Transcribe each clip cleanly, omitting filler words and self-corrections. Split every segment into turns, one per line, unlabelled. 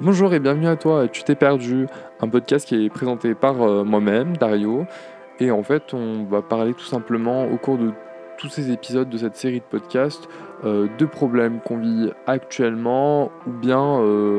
Bonjour et bienvenue à toi, Tu t'es perdu, un podcast qui est présenté par moi-même, Dario. Et en fait, on va parler tout simplement au cours de tous ces épisodes de cette série de podcasts de problèmes qu'on vit actuellement ou bien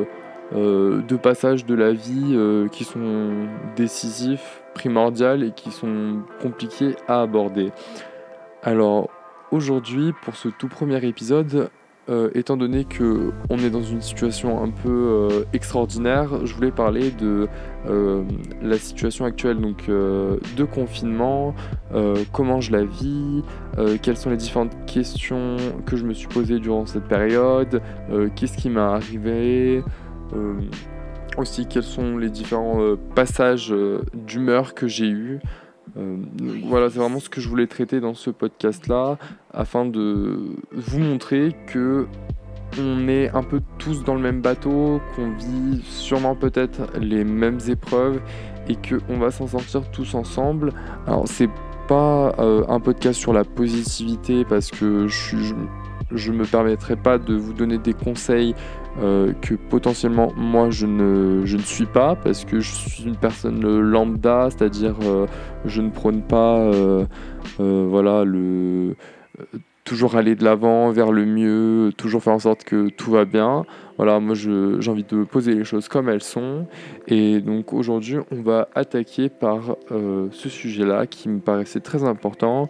de passages de la vie qui sont décisifs, primordiaux et qui sont compliqués à aborder. Alors aujourd'hui, pour ce tout premier épisode, étant donné qu'on est dans une situation un peu extraordinaire, je voulais parler de la situation actuelle donc, de confinement, comment je la vis, quelles sont les différentes questions que je me suis posées durant cette période, qu'est-ce qui m'est arrivé, euh, aussi quels sont les différents passages d'humeur que j'ai eus. Donc voilà, c'est vraiment ce que je voulais traiter dans ce podcast-là, afin de vous montrer que on est un peu tous dans le même bateau, qu'on vit sûrement peut-être les mêmes épreuves et qu'on va s'en sortir tous ensemble. Alors c'est pas un podcast sur la positivité parce que je me permettrai pas de vous donner des conseils que potentiellement moi je ne suis pas, parce que je suis une personne lambda, c'est-à-dire je ne prône pas voilà toujours aller de l'avant vers le mieux, toujours faire en sorte que tout va bien. Voilà, moi j'ai envie de poser les choses comme elles sont. Et donc aujourd'hui, on va attaquer par ce sujet-là qui me paraissait très important,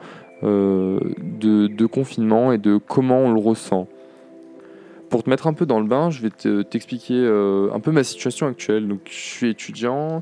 de confinement et de comment on le ressent. Pour te mettre un peu dans le bain, je vais t'expliquer un peu ma situation actuelle. Donc, je suis étudiant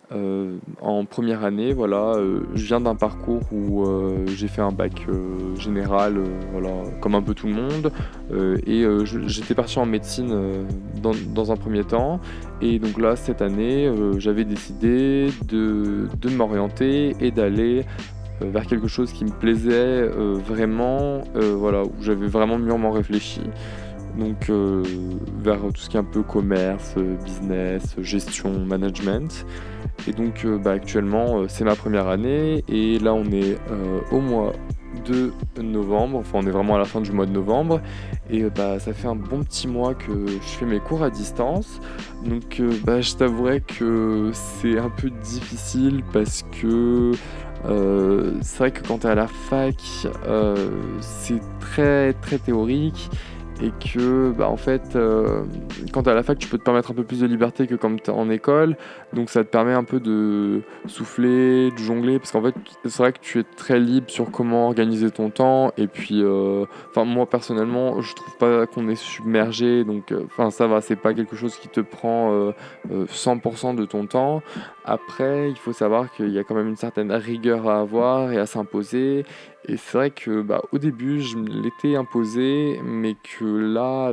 en première année. Voilà, je viens d'un parcours où j'ai fait un bac général, voilà, comme un peu tout le monde. J'étais parti en médecine dans un premier temps. Et donc là, cette année, j'avais décidé de m'orienter et d'aller vers quelque chose qui me plaisait vraiment, voilà, où j'avais vraiment mûrement réfléchi. Donc vers tout ce qui est un peu commerce, business, gestion, management. Et donc actuellement c'est ma première année et là on est au mois de novembre, enfin on est vraiment à la fin du mois de novembre et ça fait un bon petit mois que je fais mes cours à distance. Donc je t'avouerai que c'est un peu difficile parce que c'est vrai que quand tu es à la fac, c'est très très théorique et que en fait quand t'es à la fac tu peux te permettre un peu plus de liberté que quand t'es en école, donc ça te permet un peu de souffler, de jongler, parce qu'en fait c'est vrai que tu es très libre sur comment organiser ton temps et puis moi personnellement je trouve pas qu'on est submergé, donc ça va, c'est pas quelque chose qui te prend 100% de ton temps. Après il faut savoir qu'il y a quand même une certaine rigueur à avoir et à s'imposer. Et c'est vrai que au début, je me l'étais imposé, mais que là,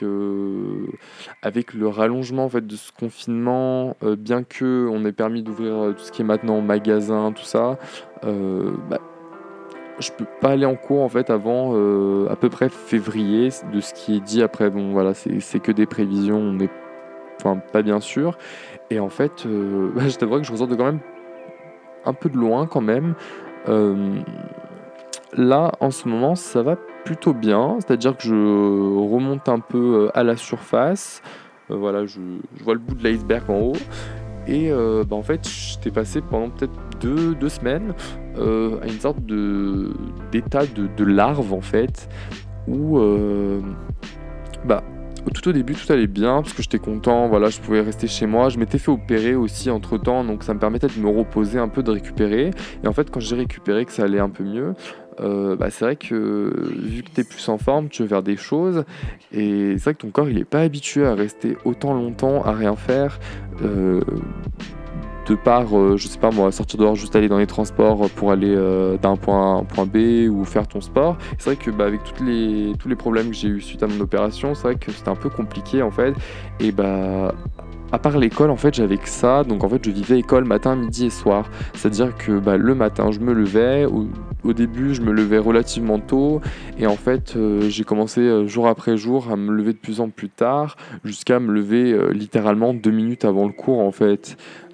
avec le rallongement en fait, de ce confinement, bien que on ait permis d'ouvrir tout ce qui est maintenant magasin, tout ça, euh, bah, je peux pas aller en cours en fait avant à peu près février, de ce qui est dit. Après. Bon, voilà, c'est que des prévisions, on n'est pas bien sûr. Et en fait, je t'avoue que je ressors de quand même un peu de loin quand même. Euh, Là, en ce moment, ça va plutôt bien, c'est-à-dire que je remonte un peu à la surface. Voilà, je vois le bout de l'iceberg en haut. Et en fait, j'étais passé pendant peut-être deux semaines à une sorte d'état de larve, en fait, où bah, tout au début, tout allait bien parce que j'étais content, voilà, je pouvais rester chez moi. Je m'étais fait opérer aussi entre-temps, donc ça me permettait de me reposer un peu, de récupérer. Et en fait, quand j'ai récupéré, que ça allait un peu mieux, c'est vrai que vu que tu es plus en forme, tu veux faire des choses. Et c'est vrai que ton corps, il est pas habitué à rester autant longtemps à rien faire. euh, de par, je sais pas moi, sortir dehors, juste aller dans les transports pour aller d'un point A à un point B ou faire ton sport. C'est vrai que avec tous les problèmes que j'ai eu suite à mon opération, c'est vrai que c'était un peu compliqué en fait. Et à part l'école, en fait, j'avais que ça. Donc, en fait, je vivais école matin, midi et soir. C'est-à-dire que le matin, je me levais. Au début, je me levais relativement tôt. Et en fait, j'ai commencé jour après jour à me lever de plus en plus tard, jusqu'à me lever littéralement 2 minutes avant le cours, en fait.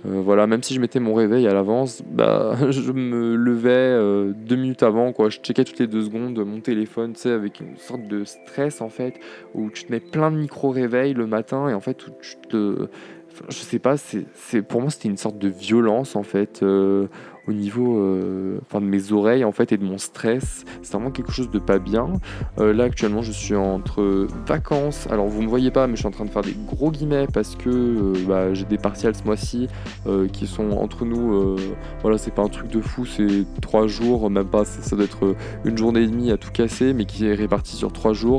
Voilà, même si je mettais mon réveil à l'avance, bah, je me levais 2 minutes avant, quoi. Je checkais toutes les 2 secondes mon téléphone, tu sais, avec une sorte de stress, en fait, où tu te mets plein de micro-réveils le matin et en fait, où tu te enfin, je sais pas, pour moi, c'était une sorte de violence, en fait, au niveau, enfin, de mes oreilles, en fait, et de mon stress. C'est vraiment quelque chose de pas bien. Là, actuellement, je suis entre vacances. Alors, vous me voyez pas, mais je suis en train de faire des gros guillemets parce que, bah, j'ai des partiels ce mois-ci qui sont entre nous. Voilà, c'est pas un truc de fou, c'est 3 jours, même pas, ça doit être une journée et demie à tout casser, mais qui est répartie sur 3 jours,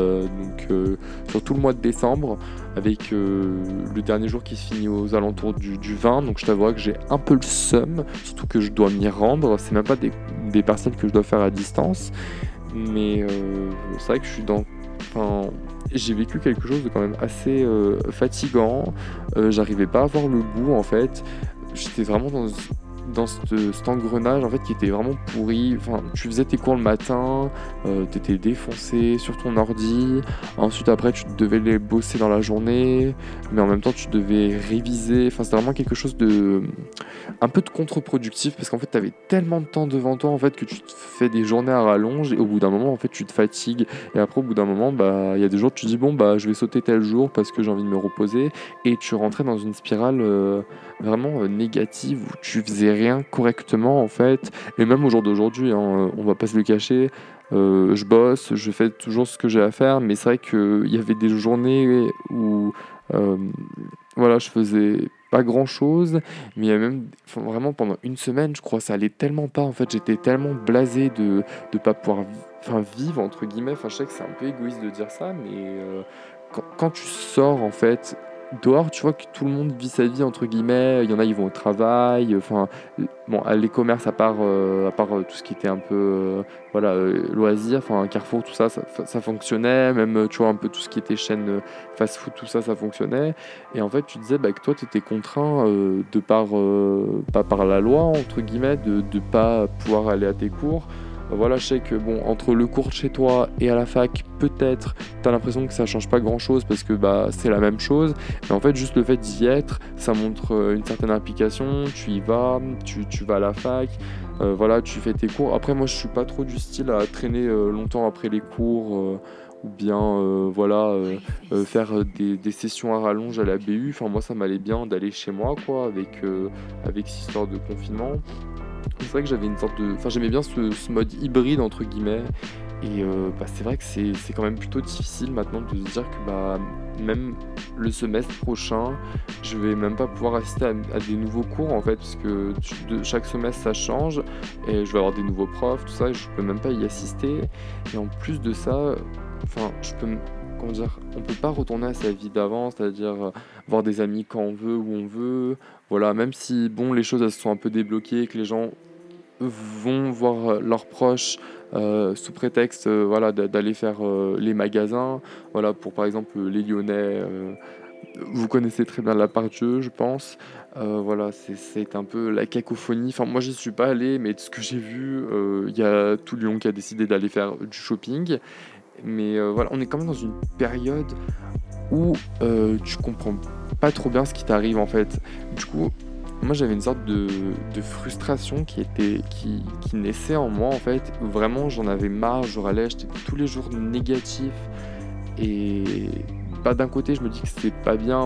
sur tout le mois de décembre, avec le dernier jour qui se finit aux alentours du 20. Donc je t'avouerai que j'ai un peu le seum, surtout que je dois m'y rendre. C'est même pas des partiels que je dois faire à distance, mais c'est vrai que je suis dans. Enfin, j'ai vécu quelque chose de quand même assez fatigant. J'arrivais pas à voir le bout en fait. J'étais vraiment dans cet engrenage en fait qui était vraiment pourri. Enfin, tu faisais tes cours le matin, t'étais défoncé sur ton ordi. Ensuite après tu devais les bosser dans la journée, mais en même temps tu devais réviser. Enfin, c'était vraiment quelque chose de un peu de contre-productif parce qu'en fait, tu avais tellement de temps devant toi en fait que tu te fais des journées à rallonge et au bout d'un moment en fait, tu te fatigues et après au bout d'un moment bah il y a des jours tu te dis bon bah je vais sauter tel jour parce que j'ai envie de me reposer et tu rentrais dans une spirale vraiment négative où tu faisais rien correctement en fait et même au jour d'aujourd'hui hein, on va pas se le cacher. Je bosse, je fais toujours ce que j'ai à faire, mais c'est vrai qu'il y avait des journées où euh, voilà, je faisais pas grand chose, mais il y a même, enfin, vraiment pendant une semaine, je crois, ça allait tellement pas. En fait, j'étais tellement blasé de pas pouvoir enfin, vivre, entre guillemets. Enfin, je sais que c'est un peu égoïste de dire ça, mais quand tu sors, en fait, dehors, tu vois que tout le monde vit sa vie, entre guillemets. Il y en a, ils vont au travail. Enfin, bon, les commerces, à part tout ce qui était un peu, voilà, loisirs, enfin, Carrefour, tout ça, ça fonctionnait. Même, tu vois, un peu tout ce qui était chaîne fast-food, tout ça, ça fonctionnait. Et en fait, tu disais bah, que toi, tu étais contraint pas par la loi, entre guillemets, de ne pas pouvoir aller à tes cours. Voilà, je sais que bon, entre le cours de chez toi et à la fac, peut-être, tu as l'impression que ça change pas grand-chose parce que bah, c'est la même chose. Mais en fait, juste le fait d'y être, ça montre une certaine implication. Tu y vas, tu vas à la fac, voilà, tu fais tes cours. Après, moi, je suis pas trop du style à traîner longtemps après les cours. Ou bien voilà faire des sessions à rallonge à la BU. Enfin moi ça m'allait bien d'aller chez moi quoi avec cette histoire de confinement. C'est vrai que j'avais une sorte de enfin j'aimais bien ce mode hybride entre guillemets et bah, c'est vrai que c'est quand même plutôt difficile maintenant de se dire que bah même le semestre prochain je vais même pas pouvoir assister à des nouveaux cours en fait parce que chaque semestre ça change et je vais avoir des nouveaux profs tout ça et je peux même pas y assister et en plus de ça enfin, comment dire? On peut pas retourner à sa vie d'avant, c'est-à-dire, voir des amis quand on veut, où on veut. Voilà, même si, bon, les choses, elles se sont un peu débloquées, que les gens vont voir, leurs proches, sous prétexte, voilà, d'aller faire, les magasins. Voilà, pour, par exemple, les Lyonnais, vous connaissez très bien la part Dieu, je pense. Voilà, c'est un peu la cacophonie. Enfin, moi, j'y suis pas allé, mais de ce que j'ai vu, il y a tout Lyon qui a décidé d'aller faire du shopping. Mais voilà, on est quand même dans une période où tu comprends pas trop bien ce qui t'arrive en fait. Du coup, moi j'avais une sorte de frustration qui naissait en moi en fait. Vraiment, j'en avais marre, je râlais, j'étais tous les jours négatif. Et bah, d'un côté, je me dis que c'est pas bien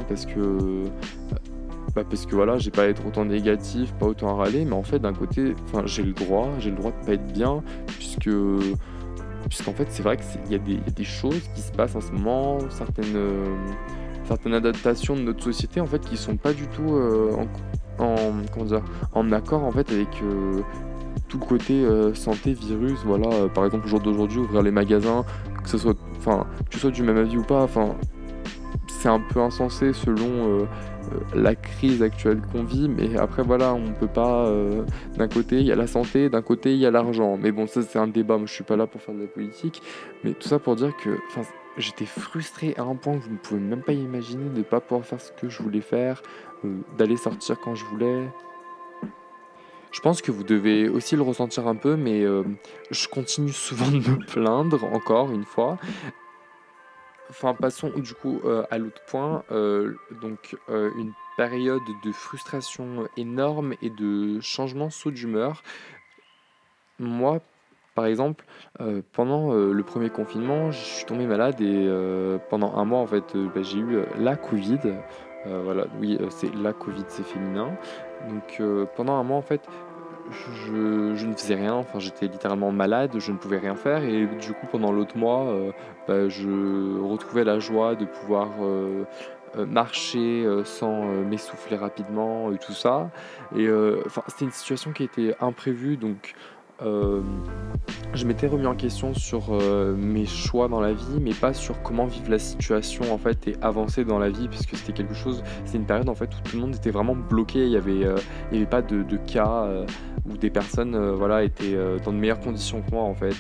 parce que voilà, j'ai pas à être autant négatif, pas autant à râler, mais en fait, d'un côté, enfin, j'ai le droit de pas être bien, puisqu'en fait, c'est vrai qu'il y a des choses qui se passent en ce moment, certaines adaptations de notre société en fait qui sont pas du tout comment dire, en accord en fait avec tout le côté santé, virus. Voilà, par exemple, au jour d'aujourd'hui, ouvrir les magasins, que ce soit, enfin, que tu sois du même avis ou pas, enfin, c'est un peu insensé selon la crise actuelle qu'on vit, mais après voilà, on peut pas. D'un côté, il y a la santé, d'un côté, il y a l'argent. Mais bon, ça c'est un débat. Moi, je suis pas là pour faire de la politique, mais tout ça pour dire que, enfin, j'étais frustré à un point que vous ne pouvez même pas imaginer de ne pas pouvoir faire ce que je voulais faire, d'aller sortir quand je voulais. Je pense que vous devez aussi le ressentir un peu, mais je continue souvent de me plaindre encore une fois. Enfin, passons du coup à l'autre point. Donc, une période de frustration énorme et de changement saut d'humeur. Moi, par exemple, pendant, le premier confinement, je suis tombé malade et pendant un mois, en fait, j'ai eu, la covid. Voilà, oui, c'est la covid, c'est féminin. Donc pendant un mois, en fait, je ne faisais rien, enfin, j'étais littéralement malade, je ne pouvais rien faire et du coup, pendant l'autre mois, je retrouvais la joie de pouvoir, marcher, sans, m'essouffler rapidement et tout ça et enfin, c'était une situation qui était imprévue donc hem je m'étais remis en question sur, mes choix dans la vie, mais pas sur comment vivre la situation, en fait et avancer dans la vie puisque c'est une période, en fait, où tout le monde était vraiment bloqué. Il y avait pas de cas, où des personnes, voilà, étaient, dans de meilleures conditions que moi, en fait.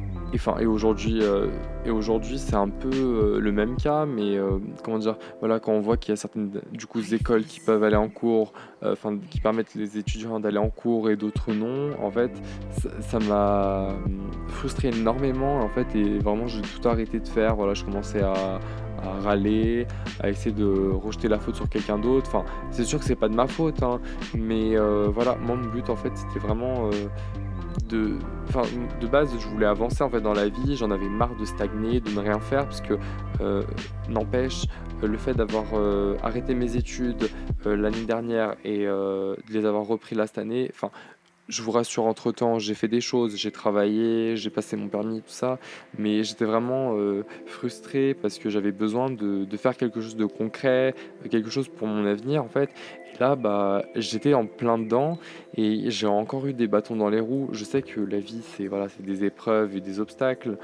Et aujourd'hui, c'est un peu, le même cas, mais comment dire? Voilà, quand on voit qu'il y a certaines, du coup, écoles qui peuvent aller en cours, enfin, qui permettent les étudiants d'aller en cours et d'autres non, en fait, ça m'a, frustré énormément, en fait et vraiment j'ai tout arrêté de faire. Voilà, je commençais à râler, à essayer de rejeter la faute sur quelqu'un d'autre. Enfin, c'est sûr que c'est pas de ma faute, hein, mais voilà, moi, mon but, en fait, c'était vraiment, de enfin, de base, je voulais avancer, en fait, dans la vie. J'en avais marre de stagner, de ne rien faire parce que, n'empêche, le fait d'avoir, arrêté mes études, l'année dernière et de les avoir repris là cette année, enfin, je vous rassure, entre-temps, j'ai fait des choses, j'ai travaillé, j'ai passé mon permis, tout ça, mais j'étais vraiment, frustré parce que j'avais besoin de faire quelque chose de concret, quelque chose pour mon avenir, en fait et là, j'étais en plein dedans et j'ai encore eu des bâtons dans les roues. Je sais que la vie, c'est voilà, c'est des épreuves et des obstacles.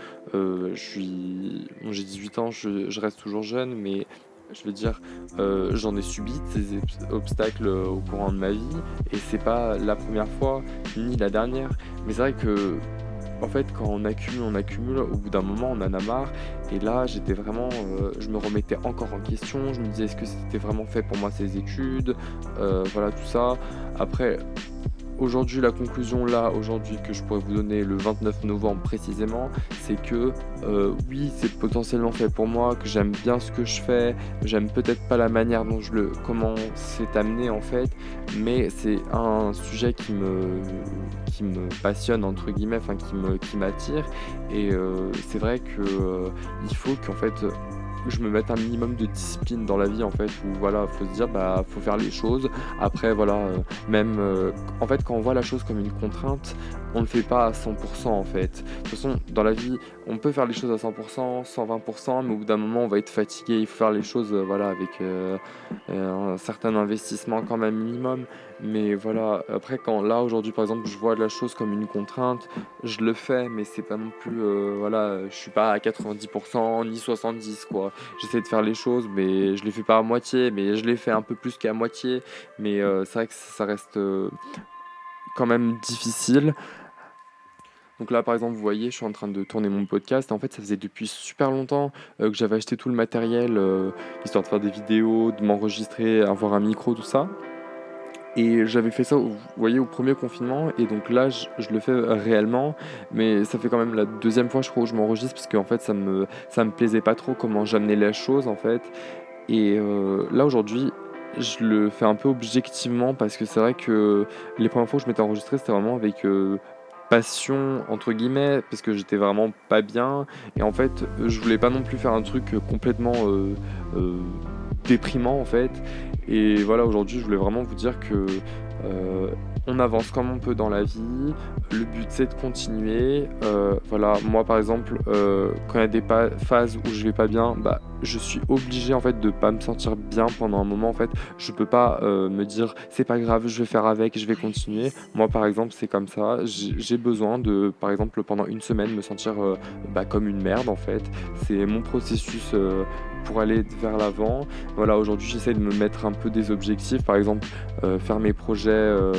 J'ai 18 ans, je reste toujours jeune, mais je veux dire, j'en ai subi de ces obstacles, au courant de ma vie et c'est pas la première fois, ni la dernière. Mais c'est vrai que, en fait, quand on accumule, au bout d'un moment, on en a marre et là, j'étais vraiment, je me remettais encore en question. Je me disais: «Est-ce que c'était vraiment fait pour moi ces études?» Voilà, tout ça. Après, aujourd'hui, la conclusion là, aujourd'hui, que je pourrais vous donner le 29 novembre précisément, c'est que, oui, c'est potentiellement fait pour moi, que j'aime bien ce que je fais, j'aime peut-être pas la manière dont comment c'est amené en fait, mais c'est un sujet qui me «passionne» entre guillemets, enfin qui m'attire et c'est vrai que, il faut qu'en fait, je me mette un minimum de discipline dans la vie en fait, où voilà, faut se dire: faut faire les choses. Après voilà, même, en fait, quand on voit la chose comme une contrainte, on ne le fait pas à 100 en fait. De toute façon, dans la vie, on peut faire les choses à 100 120 mais au bout d'un moment, on va être fatigué. Il faut faire les choses, voilà, avec, un certain investissement quand même minimum. Mais voilà, après quand là, aujourd'hui, par exemple, je vois la chose comme une contrainte, je le fais, mais c'est pas non plus, voilà, je suis pas à 90 ni 70 quoi. J'essaie de faire les choses, mais je les fais pas à moitié, mais je les fais un peu plus qu'à moitié. Mais c'est vrai que ça reste, quand même difficile. Donc là, par exemple, vous voyez, je suis en train de tourner mon podcast. En fait, ça faisait depuis super longtemps, que j'avais acheté tout le matériel, histoire de faire des vidéos, de m'enregistrer, avoir un micro, tout ça et j'avais fait ça, vous voyez, au premier confinement et donc là, je le fais, réellement, mais ça fait quand même la deuxième fois, je crois, où je m'enregistre parce qu'en fait, ça me plaisait pas trop comment j'amenais les choses, en fait et là, aujourd'hui, je le fais un peu objectivement parce que c'est vrai que les premières fois où je m'étais enregistré, c'était vraiment avec, «passion» entre guillemets, parce que j'étais vraiment pas bien et en fait, je voulais pas non plus faire un truc, complètement, heu, déprimant, en fait et voilà, aujourd'hui, je voulais vraiment vous dire que, on avance comme on peut dans la vie. Le but, c'est de continuer. Voilà, moi, par exemple, quand il y a des phases où je vais pas bien, je suis obligé, en fait, de pas me sentir bien pendant un moment, en fait. Je peux pas, me dire: «C'est pas grave, je vais faire avec, je vais continuer». Moi, par exemple, c'est comme ça. J'ai besoin de, par exemple, pendant une semaine, me sentir, comme une merde, en fait. C'est mon processus, pour aller vers l'avant. Voilà, aujourd'hui, j'essaie de me mettre un peu des objectifs. Par exemple, faire mes projets,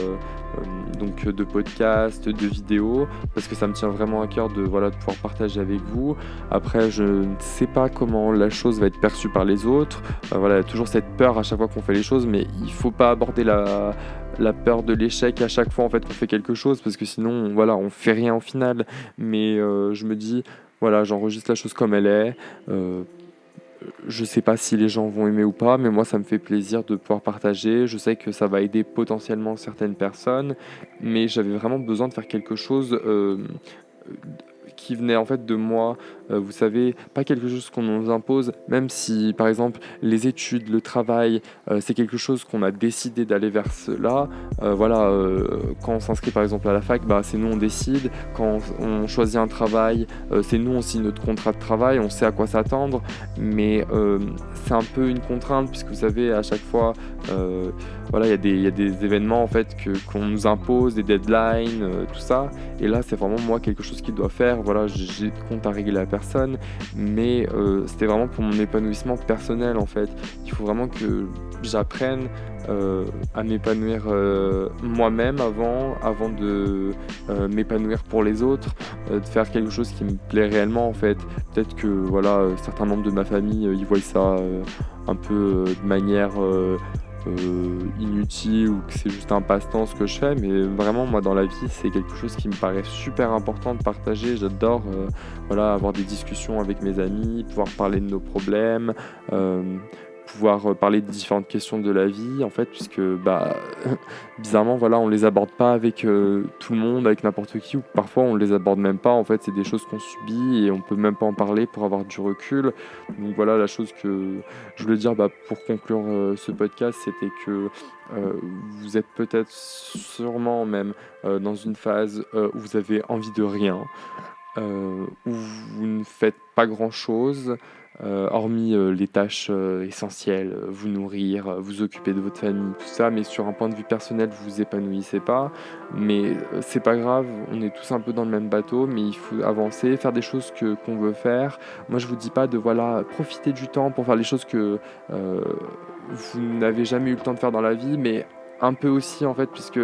donc de podcast, de vidéos, parce que ça me tient vraiment à cœur de, voilà, de pouvoir partager avec vous. Après, je ne sais pas comment la chose va être perçue par les autres. Voilà, il y a toujours cette peur à chaque fois qu'on fait les choses, mais il faut pas aborder la peur de l'échec à chaque fois, en fait, qu'on fait quelque chose, parce que sinon, voilà, on fait rien au final. Mais je me dis: «Voilà, j'enregistre la chose comme elle est, heu» je sais pas si les gens vont aimer ou pas, mais moi ça me fait plaisir de pouvoir partager. Je sais que ça va aider potentiellement certaines personnes, mais j'avais vraiment besoin de faire quelque chose, qui venait en fait de moi, vous savez, pas quelque chose qu'on nous impose, même si par exemple les études, le travail, c'est quelque chose qu'on a décidé d'aller vers cela. Voilà, quand on s'inscrit par exemple à la fac, bah, c'est nous on décide. Quand on choisit un travail, c'est nous on signe notre contrat de travail, on sait à quoi s'attendre, mais c'est un peu une contrainte puisque vous savez à chaque fois, voilà, il y a des événements en fait qu'on nous impose, des deadlines, tout ça. Et là, c'est vraiment moi quelque chose qu'il doit faire. Voilà, j'ai de compte à régler à personne, mais c'était vraiment pour mon épanouissement personnel en fait. Il faut vraiment que j'apprenne à m'épanouir moi-même avant de m'épanouir pour les autres, de faire quelque chose qui me plaît réellement en fait. Peut-être que voilà, certains membres de ma famille, ils voient ça un peu de manière inutile ou que c'est juste un passe-temps ce que je fais, mais vraiment moi dans la vie c'est quelque chose qui me paraît super important de partager. J'adore voilà, avoir des discussions avec mes amis, pouvoir parler de nos problèmes, euh, pouvoir parler de différentes questions de la vie en fait, puisque bah bizarrement voilà, on les aborde pas avec tout le monde, avec n'importe qui, ou parfois on les aborde même pas en fait. C'est des choses qu'on subit et on peut même pas en parler pour avoir du recul. Donc voilà la chose que je voulais dire, bah, pour conclure ce podcast, c'était que vous êtes peut-être sûrement même dans une phase où vous avez envie de rien, où vous ne faites pas grand-chose, hormis les tâches essentielles, vous nourrir, vous occuper de votre famille, tout ça, mais sur un point de vue personnel, vous vous épanouissez pas. Mais c'est pas grave, on est tous un peu dans le même bateau, mais il faut avancer, faire des choses qu'on veut faire. Moi, je vous dis pas de voilà profiter du temps pour faire les choses que vous n'avez jamais eu le temps de faire dans la vie, mais un peu aussi en fait, puisque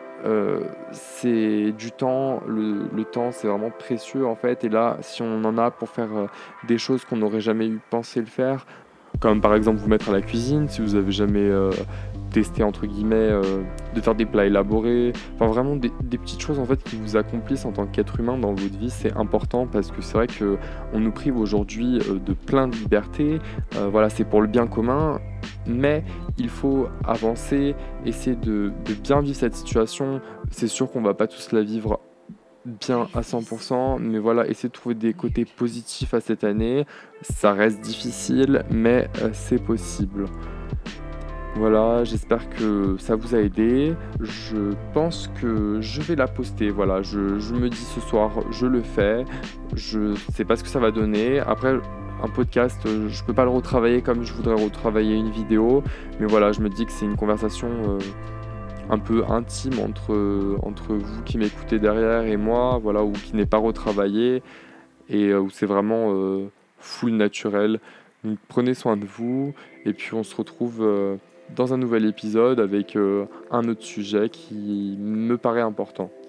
c'est du temps, le temps c'est vraiment précieux en fait, et là si on en a pour faire des choses qu'on n'aurait jamais eu pensé le faire, comme par exemple vous mettre à la cuisine si vous avez jamais testé entre guillemets de faire des plats élaborés, enfin vraiment des petites choses en fait qui vous accomplissent en tant qu'être humain dans votre vie, c'est important parce que c'est vrai que on nous prive aujourd'hui de plein de libertés, voilà c'est pour le bien commun, mais il faut avancer, essayer de bien vivre cette situation. C'est sûr qu'on va pas tous la vivre bien à 100%, mais voilà, essayer de trouver des côtés positifs à cette année. Ça reste difficile, mais c'est possible. Voilà, j'espère que ça vous a aidé. Je pense que je vais la poster. Voilà, je me dis ce soir, je le fais. Je sais pas ce que ça va donner. Après, un podcast, je peux pas le retravailler comme je voudrais retravailler une vidéo. Mais voilà, je me dis que c'est une conversation un peu intime entre vous qui m'écoutez derrière et moi, voilà, ou qui n'est pas retravaillée et où c'est vraiment full naturel. Donc prenez soin de vous et puis on se retrouve dans un nouvel épisode avec un autre sujet qui me paraît important.